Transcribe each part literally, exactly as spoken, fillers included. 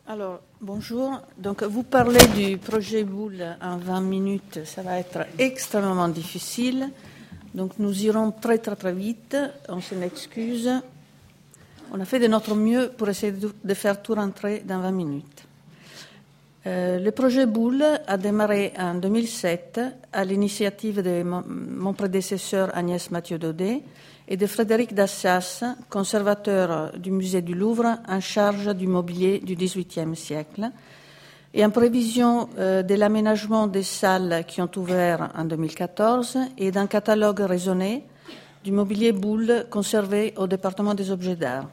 Alors, bonjour. Donc, vous parlez du projet Boule en vingt minutes. Ça va être extrêmement difficile. Donc, nous irons très, très, très vite. On s'en excuse. On a fait de notre mieux pour essayer de faire tout rentrer dans vingt minutes. Euh, le projet Boule a démarré en deux mille sept à l'initiative de mon, mon prédécesseur Agnès Mathieu-Daudet et de Frédéric Dassas, conservateur du musée du Louvre en charge du mobilier du dix-huitième siècle, et en prévision euh, de l'aménagement des salles qui ont ouvert en deux mille quatorze et d'un catalogue raisonné du mobilier Boule conservé au département des objets d'art.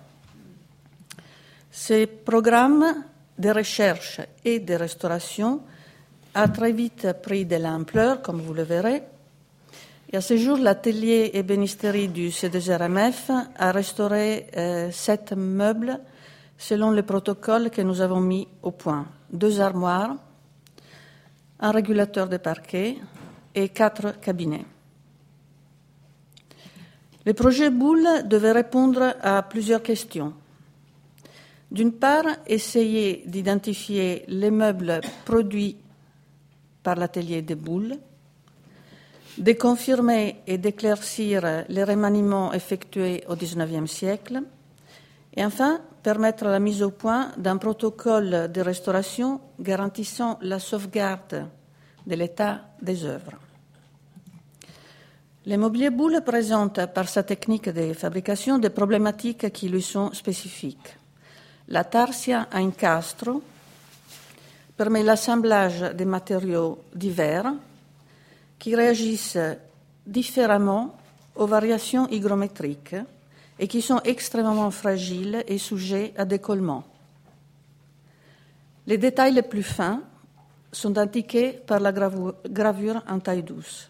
Ces programmes de recherche et de restauration a très vite pris de l'ampleur, comme vous le verrez. Et à ce jour, l'atelier ébénisterie du C deux R M F a restauré euh, sept meubles selon le protocole que nous avons mis au point. Deux armoires, un régulateur de parquet et quatre cabinets. Le projet Boule devait répondre à plusieurs questions. D'une part, essayer d'identifier les meubles produits par l'atelier de Boule, de confirmer et d'éclaircir les remaniements effectués au dix-neuvième siècle, et enfin permettre la mise au point d'un protocole de restauration garantissant la sauvegarde de l'état des œuvres. Le mobilier Boule présente par sa technique de fabrication des problématiques qui lui sont spécifiques. La tarsia a incastro permet l'assemblage des matériaux divers qui réagissent différemment aux variations hygrométriques et qui sont extrêmement fragiles et sujets à décollement. Les détails les plus fins sont indiqués par la gravure en taille douce.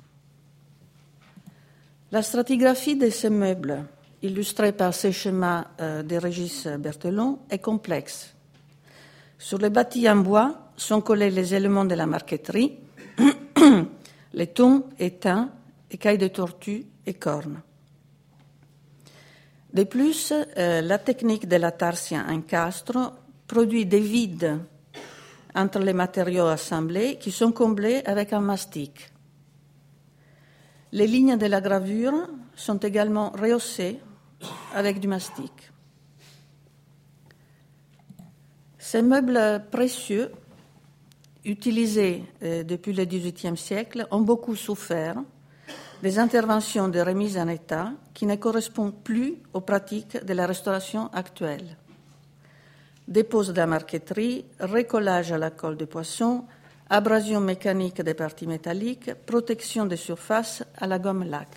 La stratigraphie de ces meubles, illustrée par ces schémas euh, de Régis Berthelon, est complexe. Sur les bâtis en bois sont collés les éléments de la marqueterie, les tons, étains, écailles de tortue et cornes. De plus, euh, la technique de la tarsia incastro produit des vides entre les matériaux assemblés qui sont comblés avec un mastic. Les lignes de la gravure sont également rehaussées avec du mastic. Ces meubles précieux, utilisés euh, depuis le dix-huitième siècle, ont beaucoup souffert des interventions de remise en état qui ne correspondent plus aux pratiques de la restauration actuelle. Dépose de la marqueterie, recollage à la colle de poisson, abrasion mécanique des parties métalliques, protection des surfaces à la gomme lac.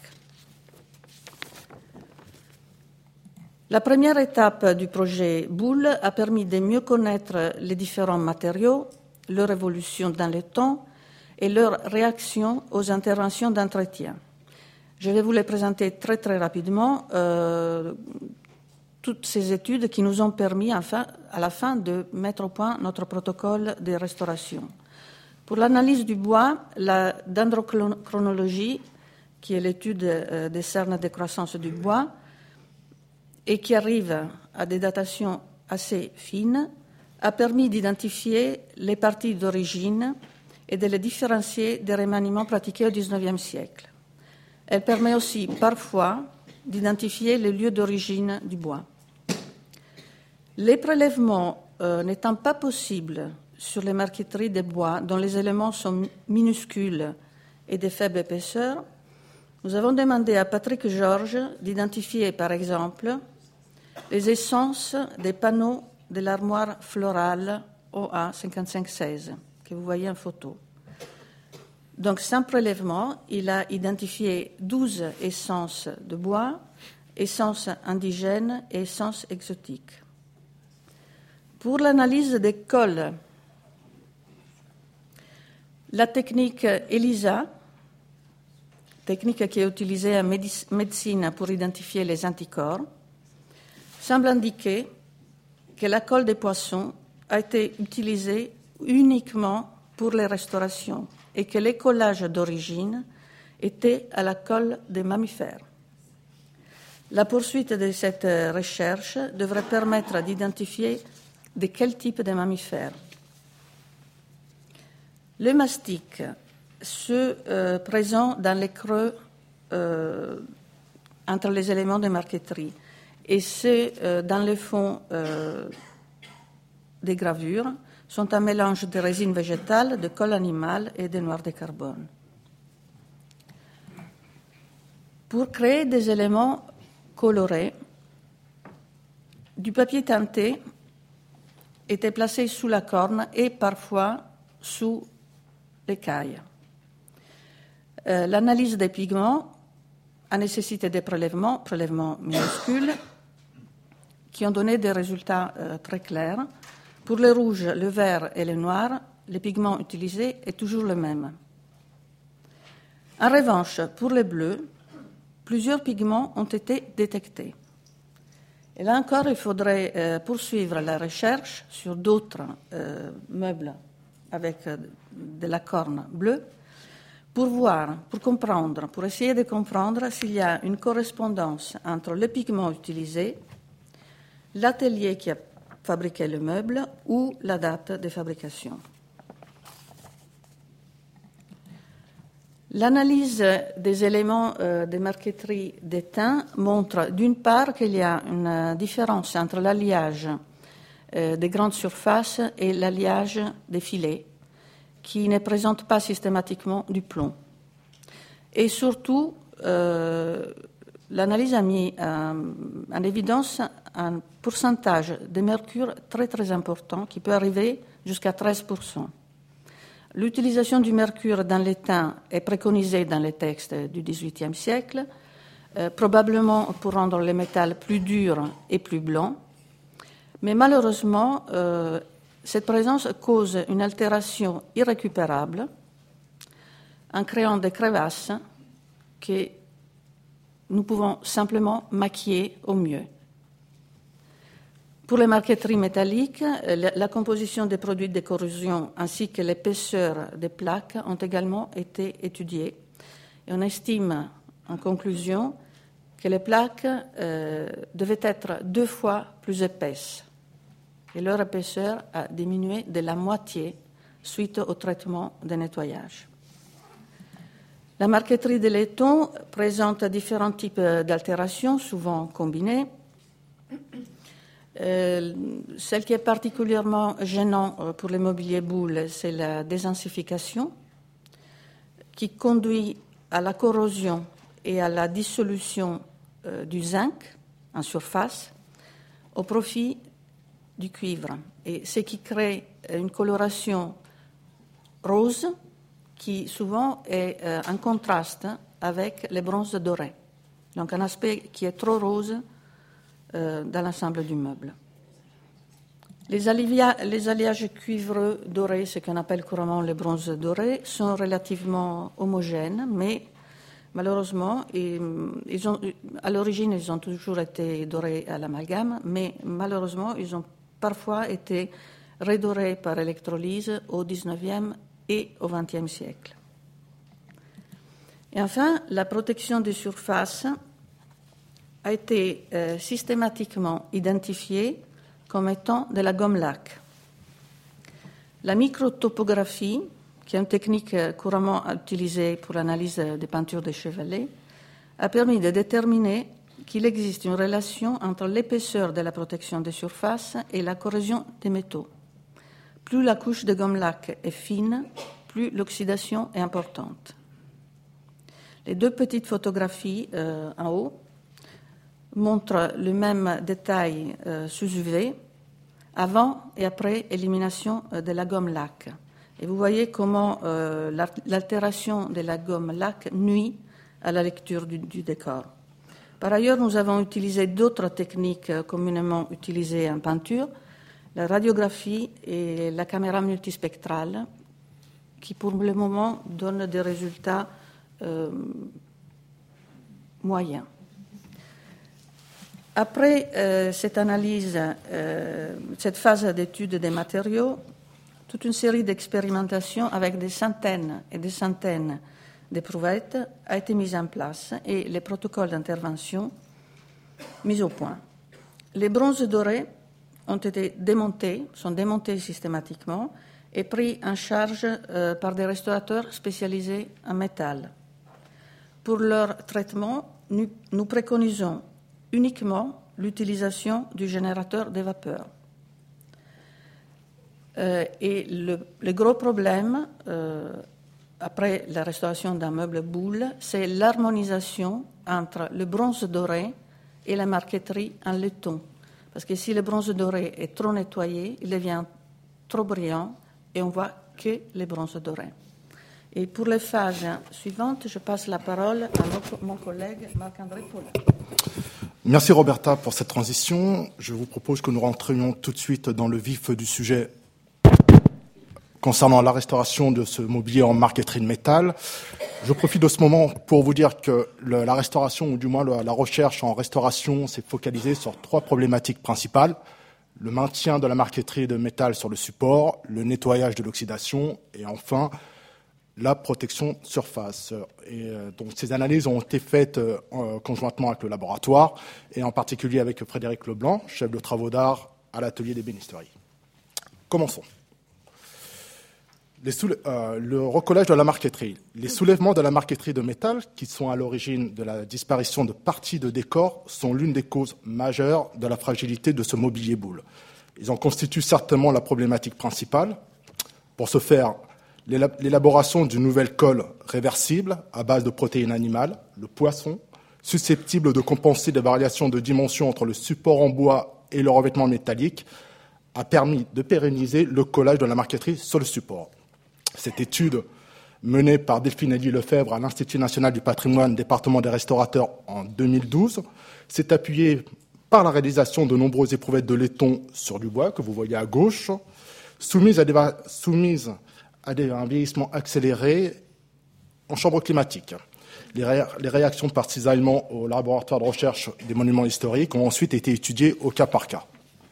La première étape du projet Boule a permis de mieux connaître les différents matériaux, leur évolution dans le temps et leur réaction aux interventions d'entretien. Je vais vous les présenter très très rapidement, euh, toutes ces études qui nous ont permis enfin, à la fin de mettre au point notre protocole de restauration. Pour l'analyse du bois, la dendrochronologie, qui est l'étude euh, des cernes de croissance du bois, et qui arrive à des datations assez fines, a permis d'identifier les parties d'origine et de les différencier des remaniements pratiqués au dix-neuvième siècle. Elle permet aussi parfois d'identifier les lieux d'origine du bois. Les prélèvements euh, n'étant pas possibles sur les marqueteries de bois dont les éléments sont minuscules et de faible épaisseur, nous avons demandé à Patrick Georges d'identifier, par exemple, les essences des panneaux de l'armoire florale O A cinquante-cinq seize, que vous voyez en photo. Donc, sans prélèvement, il a identifié douze essences de bois, essences indigènes et essences exotiques. Pour l'analyse des colles, la technique ELISA, technique qui est utilisée en médecine pour identifier les anticorps, semble indiquer que la colle des poissons a été utilisée uniquement pour les restaurations et que les collages d'origine étaient à la colle des mammifères. La poursuite de cette recherche devrait permettre d'identifier de quel type de mammifère. Le mastic, ceux euh, présents dans les creux euh, entre les éléments de marqueterie et ceux euh, dans le fond euh, des gravures, sont un mélange de résine végétale, de colle animale et de noir de carbone. Pour créer des éléments colorés, du papier teinté était placé sous la corne et parfois sous l'écaille. Euh, l'analyse des pigments a nécessité des prélèvements, prélèvements minuscules, qui ont donné des résultats euh, très clairs. Pour le rouge, le vert et le noir, le pigment utilisé est toujours le même. En revanche, pour le bleu, plusieurs pigments ont été détectés. Et là encore, il faudrait euh, poursuivre la recherche sur d'autres euh, meubles avec euh, de la corne bleue pour voir, pour comprendre, pour essayer de comprendre s'il y a une correspondance entre le pigment utilisé, l'atelier qui a fabriqué le meuble ou la date de fabrication. L'analyse des éléments euh, de marqueterie des teints montre d'une part qu'il y a une différence entre l'alliage euh, des grandes surfaces et l'alliage des filets, qui ne présente pas systématiquement du plomb. Et surtout, euh, l'analyse a mis euh, en évidence un pourcentage de mercure très très important qui peut arriver jusqu'à treize pour cent. L'utilisation du mercure dans les teints est préconisée dans les textes du dix-huitième siècle, euh, probablement pour rendre le métal plus dur et plus blanc, mais malheureusement, euh, cette présence cause une altération irrécupérable en créant des crevasses que nous pouvons simplement maquiller au mieux. Pour les marqueteries métalliques, la composition des produits de corrosion ainsi que l'épaisseur des plaques ont également été étudiées. Et on estime, en conclusion, que les plaques euh, devaient être deux fois plus épaisses. Et leur épaisseur a diminué de la moitié suite au traitement de nettoyage. La marqueterie de laiton présente différents types d'altérations, souvent combinées. Euh, celle qui est particulièrement gênante pour le mobilier boule, c'est la désensification, qui conduit à la corrosion et à la dissolution euh, du zinc en surface au profit du cuivre, et ce qui crée une coloration rose qui souvent est euh, en contraste avec les bronzes dorés. Donc un aspect qui est trop rose euh, dans l'ensemble du meuble. Les, alivia, les alliages cuivreux dorés, ce qu'on appelle couramment les bronzes dorés, sont relativement homogènes, mais malheureusement, ils, ils ont, à l'origine, ils ont toujours été dorés à l'amalgame, mais malheureusement, ils ont parfois été redorés par électrolyse au dix-neuvième et au vingtième siècle. Et enfin, la protection des surfaces a été euh, systématiquement identifiée comme étant de la gomme laque. La microtopographie, qui est une technique couramment utilisée pour l'analyse des peintures de chevalet, a permis de déterminer qu'il existe une relation entre l'épaisseur de la protection des surfaces et la corrosion des métaux. Plus la couche de gomme laque est fine, plus l'oxydation est importante. Les deux petites photographies euh, en haut montrent le même détail euh, sous U V avant et après élimination euh, de la gomme laque. Et vous voyez comment euh, l'altération de la gomme laque nuit à la lecture du, du décor. Par ailleurs, nous avons utilisé d'autres techniques euh, communément utilisées en peinture, la radiographie et la caméra multispectrale, qui pour le moment donnent des résultats euh, moyens. Après euh, cette analyse, euh, cette phase d'étude des matériaux, toute une série d'expérimentations avec des centaines et des centaines d'éprouvettes a été mise en place et les protocoles d'intervention mis au point. Les bronzes dorés ont été démontés, sont démontés systématiquement et pris en charge euh, par des restaurateurs spécialisés en métal. Pour leur traitement, nous, nous préconisons uniquement l'utilisation du générateur de vapeur. Euh, et le, le gros problème, euh, après la restauration d'un meuble boule, c'est l'harmonisation entre le bronze doré et la marqueterie en laiton. Parce que si le bronze doré est trop nettoyé, il devient trop brillant et on voit que les bronzes dorés. Et pour les phases suivantes, je passe la parole à notre, mon collègue Marc-André Paulin. Merci Roberta pour cette transition. Je vous propose que nous rentrions tout de suite dans le vif du sujet concernant la restauration de ce mobilier en marqueterie de métal. Je profite de ce moment pour vous dire que le, la restauration, ou du moins le, la recherche en restauration, s'est focalisée sur trois problématiques principales. Le maintien de la marqueterie de métal sur le support, le nettoyage de l'oxydation et enfin la protection surface. Et euh, donc ces analyses ont été faites euh, conjointement avec le laboratoire et en particulier avec Frédéric Leblanc, chef de travaux d'art à l'atelier d'ébénisterie. Commençons. Les soule- euh, le recollage de la marqueterie. Les soulèvements de la marqueterie de métal, qui sont à l'origine de la disparition de parties de décor, sont l'une des causes majeures de la fragilité de ce mobilier boule. Ils en constituent certainement la problématique principale. Pour ce faire, l'élaboration d'une nouvelle colle réversible à base de protéines animales, le poisson, susceptible de compenser les variations de dimension entre le support en bois et le revêtement métallique, a permis de pérenniser le collage de la marqueterie sur le support. Cette étude, menée par Delphine Elie Lefebvre à l'Institut national du patrimoine, département des restaurateurs en deux mille douze, s'est appuyée par la réalisation de nombreuses éprouvettes de laiton sur du bois, que vous voyez à gauche, soumises à, des, soumises à des, un vieillissement accéléré en chambre climatique. Les, ré, les réactions par cisaillement au laboratoire de recherche des monuments historiques ont ensuite été étudiées au cas par cas.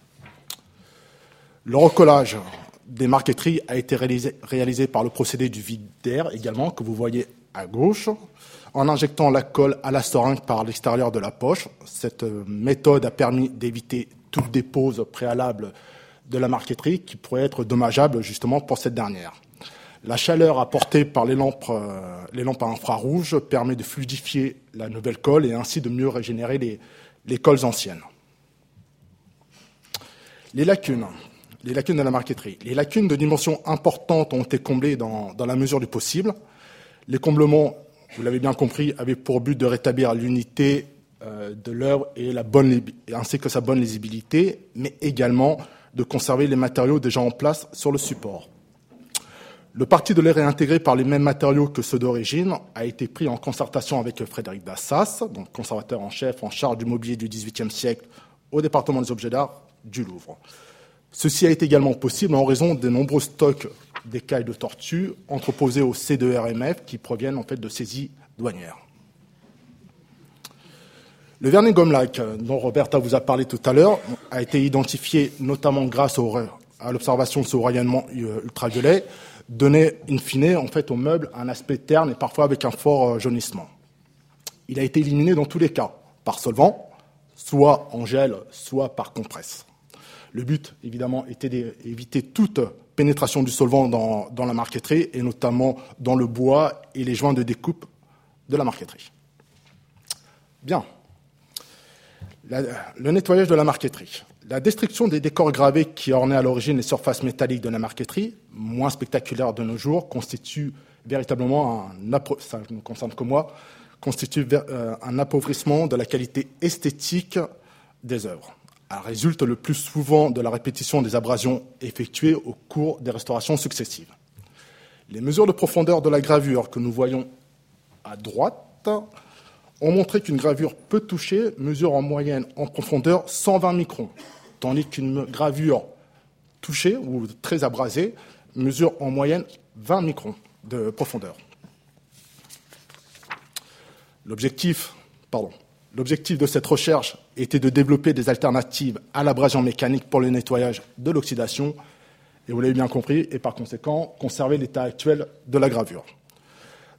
Le recollage des marqueteries a été réalisé, réalisé par le procédé du vide d'air également, que vous voyez à gauche, en injectant la colle à la seringue par l'extérieur de la poche. Cette méthode a permis d'éviter toute dépose préalable de la marqueterie qui pourrait être dommageable justement pour cette dernière. La chaleur apportée par les lampes, euh, les lampes à infrarouge permet de fluidifier la nouvelle colle et ainsi de mieux régénérer les, les colles anciennes. Les lacunes. Les lacunes de la marqueterie. Les lacunes de dimensions importantes ont été comblées dans, dans la mesure du possible. Les comblements, vous l'avez bien compris, avaient pour but de rétablir l'unité euh, de l'œuvre et la bonne, ainsi que sa bonne lisibilité, mais également de conserver les matériaux déjà en place sur le support. Le parti de les réintégrer par les mêmes matériaux que ceux d'origine a été pris en concertation avec Frédéric Dassas, donc conservateur en chef en charge du mobilier du dix-huitième siècle au département des objets d'art du Louvre. Ceci a été également possible en raison des nombreux stocks d'écailles de tortue entreposés au C deux R M F qui proviennent en fait de saisies douanières. Le vernis gomme-laque, dont Roberta vous a parlé tout à l'heure, a été identifié notamment grâce au, à l'observation de ce rayonnement ultraviolet, donnait in fine en fait au meuble un aspect terne et parfois avec un fort jaunissement. Il a été éliminé dans tous les cas par solvant, soit en gel, soit par compresse. Le but, évidemment, était d'éviter toute pénétration du solvant dans, dans la marqueterie, et notamment dans le bois et les joints de découpe de la marqueterie. Bien. La, le nettoyage de la marqueterie. La destruction des décors gravés qui ornaient à l'origine les surfaces métalliques de la marqueterie, moins spectaculaire de nos jours, constitue véritablement un, ça ne me concerne que moi, constitue un appauvrissement de la qualité esthétique des œuvres. Elle résulte le plus souvent de la répétition des abrasions effectuées au cours des restaurations successives. Les mesures de profondeur de la gravure que nous voyons à droite ont montré qu'une gravure peu touchée mesure en moyenne en profondeur cent vingt microns, tandis qu'une gravure touchée ou très abrasée mesure en moyenne vingt microns de profondeur. L'objectif, pardon, L'objectif de cette recherche était de développer des alternatives à l'abrasion mécanique pour le nettoyage de l'oxydation, et vous l'avez bien compris, et par conséquent, conserver l'état actuel de la gravure.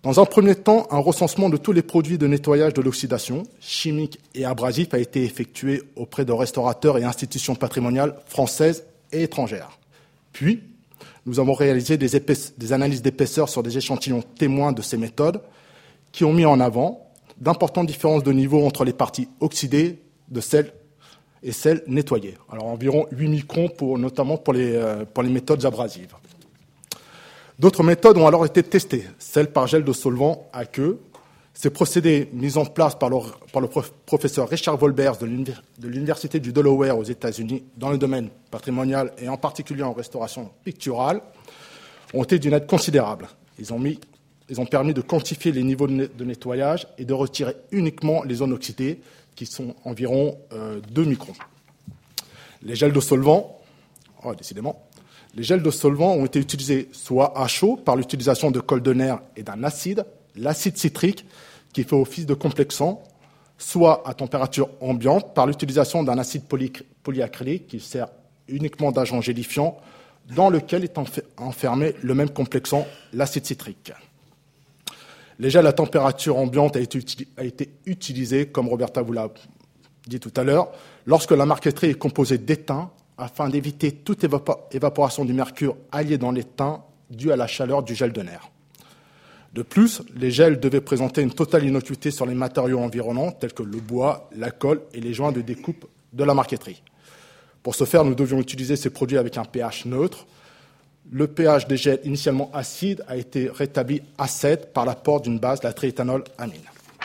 Dans un premier temps, un recensement de tous les produits de nettoyage de l'oxydation, chimiques et abrasifs, a été effectué auprès de restaurateurs et institutions patrimoniales françaises et étrangères. Puis, nous avons réalisé des, des analyses d'épaisseur sur des échantillons témoins de ces méthodes qui ont mis en avant d'importantes différences de niveau entre les parties oxydées de celles et celles nettoyées. Alors environ huit microns, pour, notamment pour les, euh, pour les méthodes abrasives. D'autres méthodes ont alors été testées, celles par gel de solvant à queue. Ces procédés mis en place par le, par le professeur Richard Wolbers de l'Université du Delaware aux États-Unis dans le domaine patrimonial et en particulier en restauration picturale ont été d'une aide considérable. Ils ont, mis, ils ont permis de quantifier les niveaux de nettoyage et de retirer uniquement les zones oxydées qui sont environ euh, deux microns. Les gels de solvant, oh, décidément, les gels de solvant ont été utilisés soit à chaud par l'utilisation de colle de nerf et d'un acide, l'acide citrique, qui fait office de complexant, soit à température ambiante par l'utilisation d'un acide poly- polyacrylique qui sert uniquement d'agent gélifiant, dans lequel est enfermé le même complexant, l'acide citrique. Les gels à température ambiante a été, uti- a été utilisé, comme Roberta vous l'a dit tout à l'heure, lorsque la marqueterie est composée d'étain, afin d'éviter toute évap- évaporation du mercure allié dans l'étain due à la chaleur du gel de nerf. De plus, les gels devaient présenter une totale innocuité sur les matériaux environnants, tels que le bois, la colle et les joints de découpe de la marqueterie. Pour ce faire, nous devions utiliser ces produits avec un pH neutre. Le pH des gels initialement acide a été rétabli à sept par l'apport d'une base, la triéthanol amine.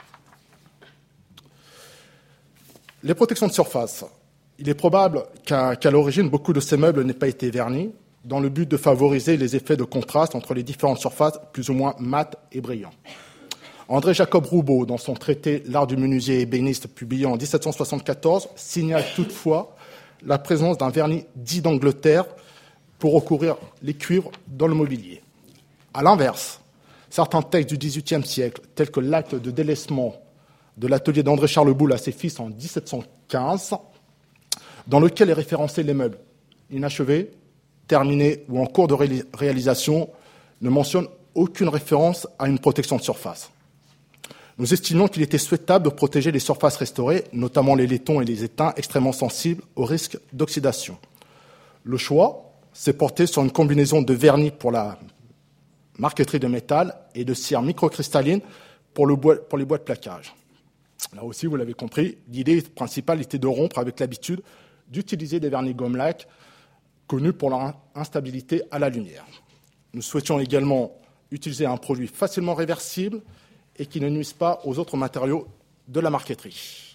Les protections de surface. Il est probable qu'à, qu'à l'origine, beaucoup de ces meubles n'aient pas été vernis, dans le but de favoriser les effets de contraste entre les différentes surfaces plus ou moins mates et brillantes. André Jacob Roubaud, dans son traité « L'art du menuisier ébéniste » publié en dix-sept cent soixante-quatorze, signale toutefois la présence d'un vernis dit d'Angleterre pour recouvrir les cuivres dans le mobilier. À l'inverse, certains textes du dix-huitième siècle, tels que l'acte de délaissement de l'atelier d'André Charles Boulle à ses fils en dix-sept cent quinze, dans lequel est référencé les meubles inachevés, terminés ou en cours de ré- réalisation, ne mentionne aucune référence à une protection de surface. Nous estimons qu'il était souhaitable de protéger les surfaces restaurées, notamment les laitons et les étains extrêmement sensibles au risque d'oxydation. Le choix s'est porté sur une combinaison de vernis pour la marqueterie de métal et de cire microcristalline pour, le bois, pour les bois de plaquage. Là aussi, vous l'avez compris, l'idée principale était de rompre avec l'habitude d'utiliser des vernis gomme-laque connus pour leur instabilité à la lumière. Nous souhaitions également utiliser un produit facilement réversible et qui ne nuise pas aux autres matériaux de la marqueterie.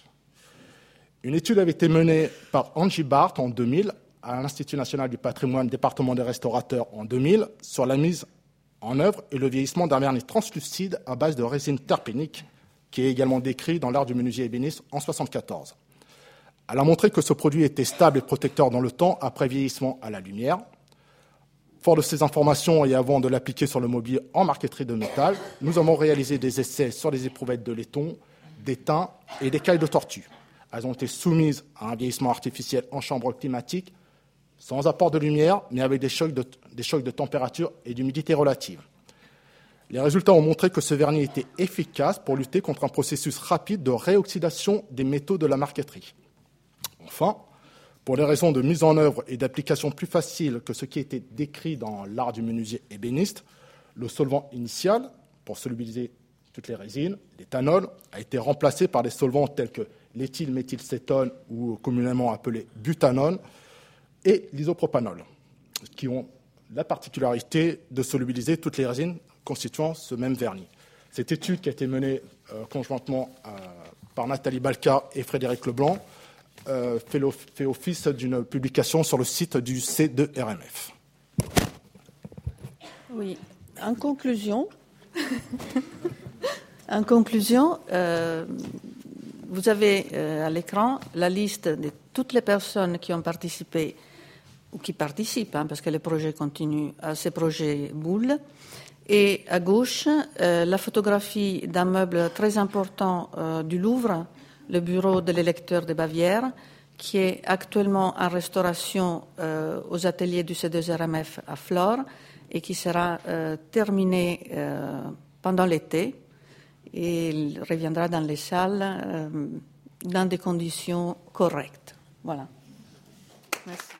Une étude avait été menée par Angie Barth en deux mille à l'Institut national du patrimoine, département des restaurateurs en deux mille, sur la mise en œuvre et le vieillissement d'un vernis translucide à base de résine terpénique, qui est également décrit dans l'art du menuisier ébéniste en mille neuf cent soixante-quatorze. Elle a montré que ce produit était stable et protecteur dans le temps après vieillissement à la lumière. Fort de ces informations et avant de l'appliquer sur le mobilier en marqueterie de métal, nous avons réalisé des essais sur les éprouvettes de laiton, d'étain et d'écailles de tortue. Elles ont été soumises à un vieillissement artificiel en chambre climatique, sans apport de lumière, mais avec des chocs de, des chocs de température et d'humidité relative. Les résultats ont montré que ce vernis était efficace pour lutter contre un processus rapide de réoxydation des métaux de la marqueterie. Enfin, pour des raisons de mise en œuvre et d'application plus faciles que ce qui était décrit dans l'art du menuisier ébéniste, le solvant initial, pour solubiliser toutes les résines, l'éthanol, a été remplacé par des solvants tels que l'éthylméthylcétone, ou communément appelé butanol, et l'isopropanol, qui ont la particularité de solubiliser toutes les résines constituant ce même vernis. Cette étude qui a été menée euh, conjointement euh, par Nathalie Balka et Frédéric Leblanc euh, fait, fait office d'une publication sur le site du C deux R M F. Oui, en conclusion, en conclusion euh, vous avez euh, à l'écran la liste de toutes les personnes qui ont participé ou qui participent, hein, parce que les projets continuent, à ces projets Boulle. Et à gauche, euh, la photographie d'un meuble très important euh, du Louvre, le bureau de l'électeur de Bavière, qui est actuellement en restauration euh, aux ateliers du C deux R M F à Flore et qui sera euh, terminé euh, pendant l'été et il reviendra dans les salles euh, dans des conditions correctes. Voilà. Merci.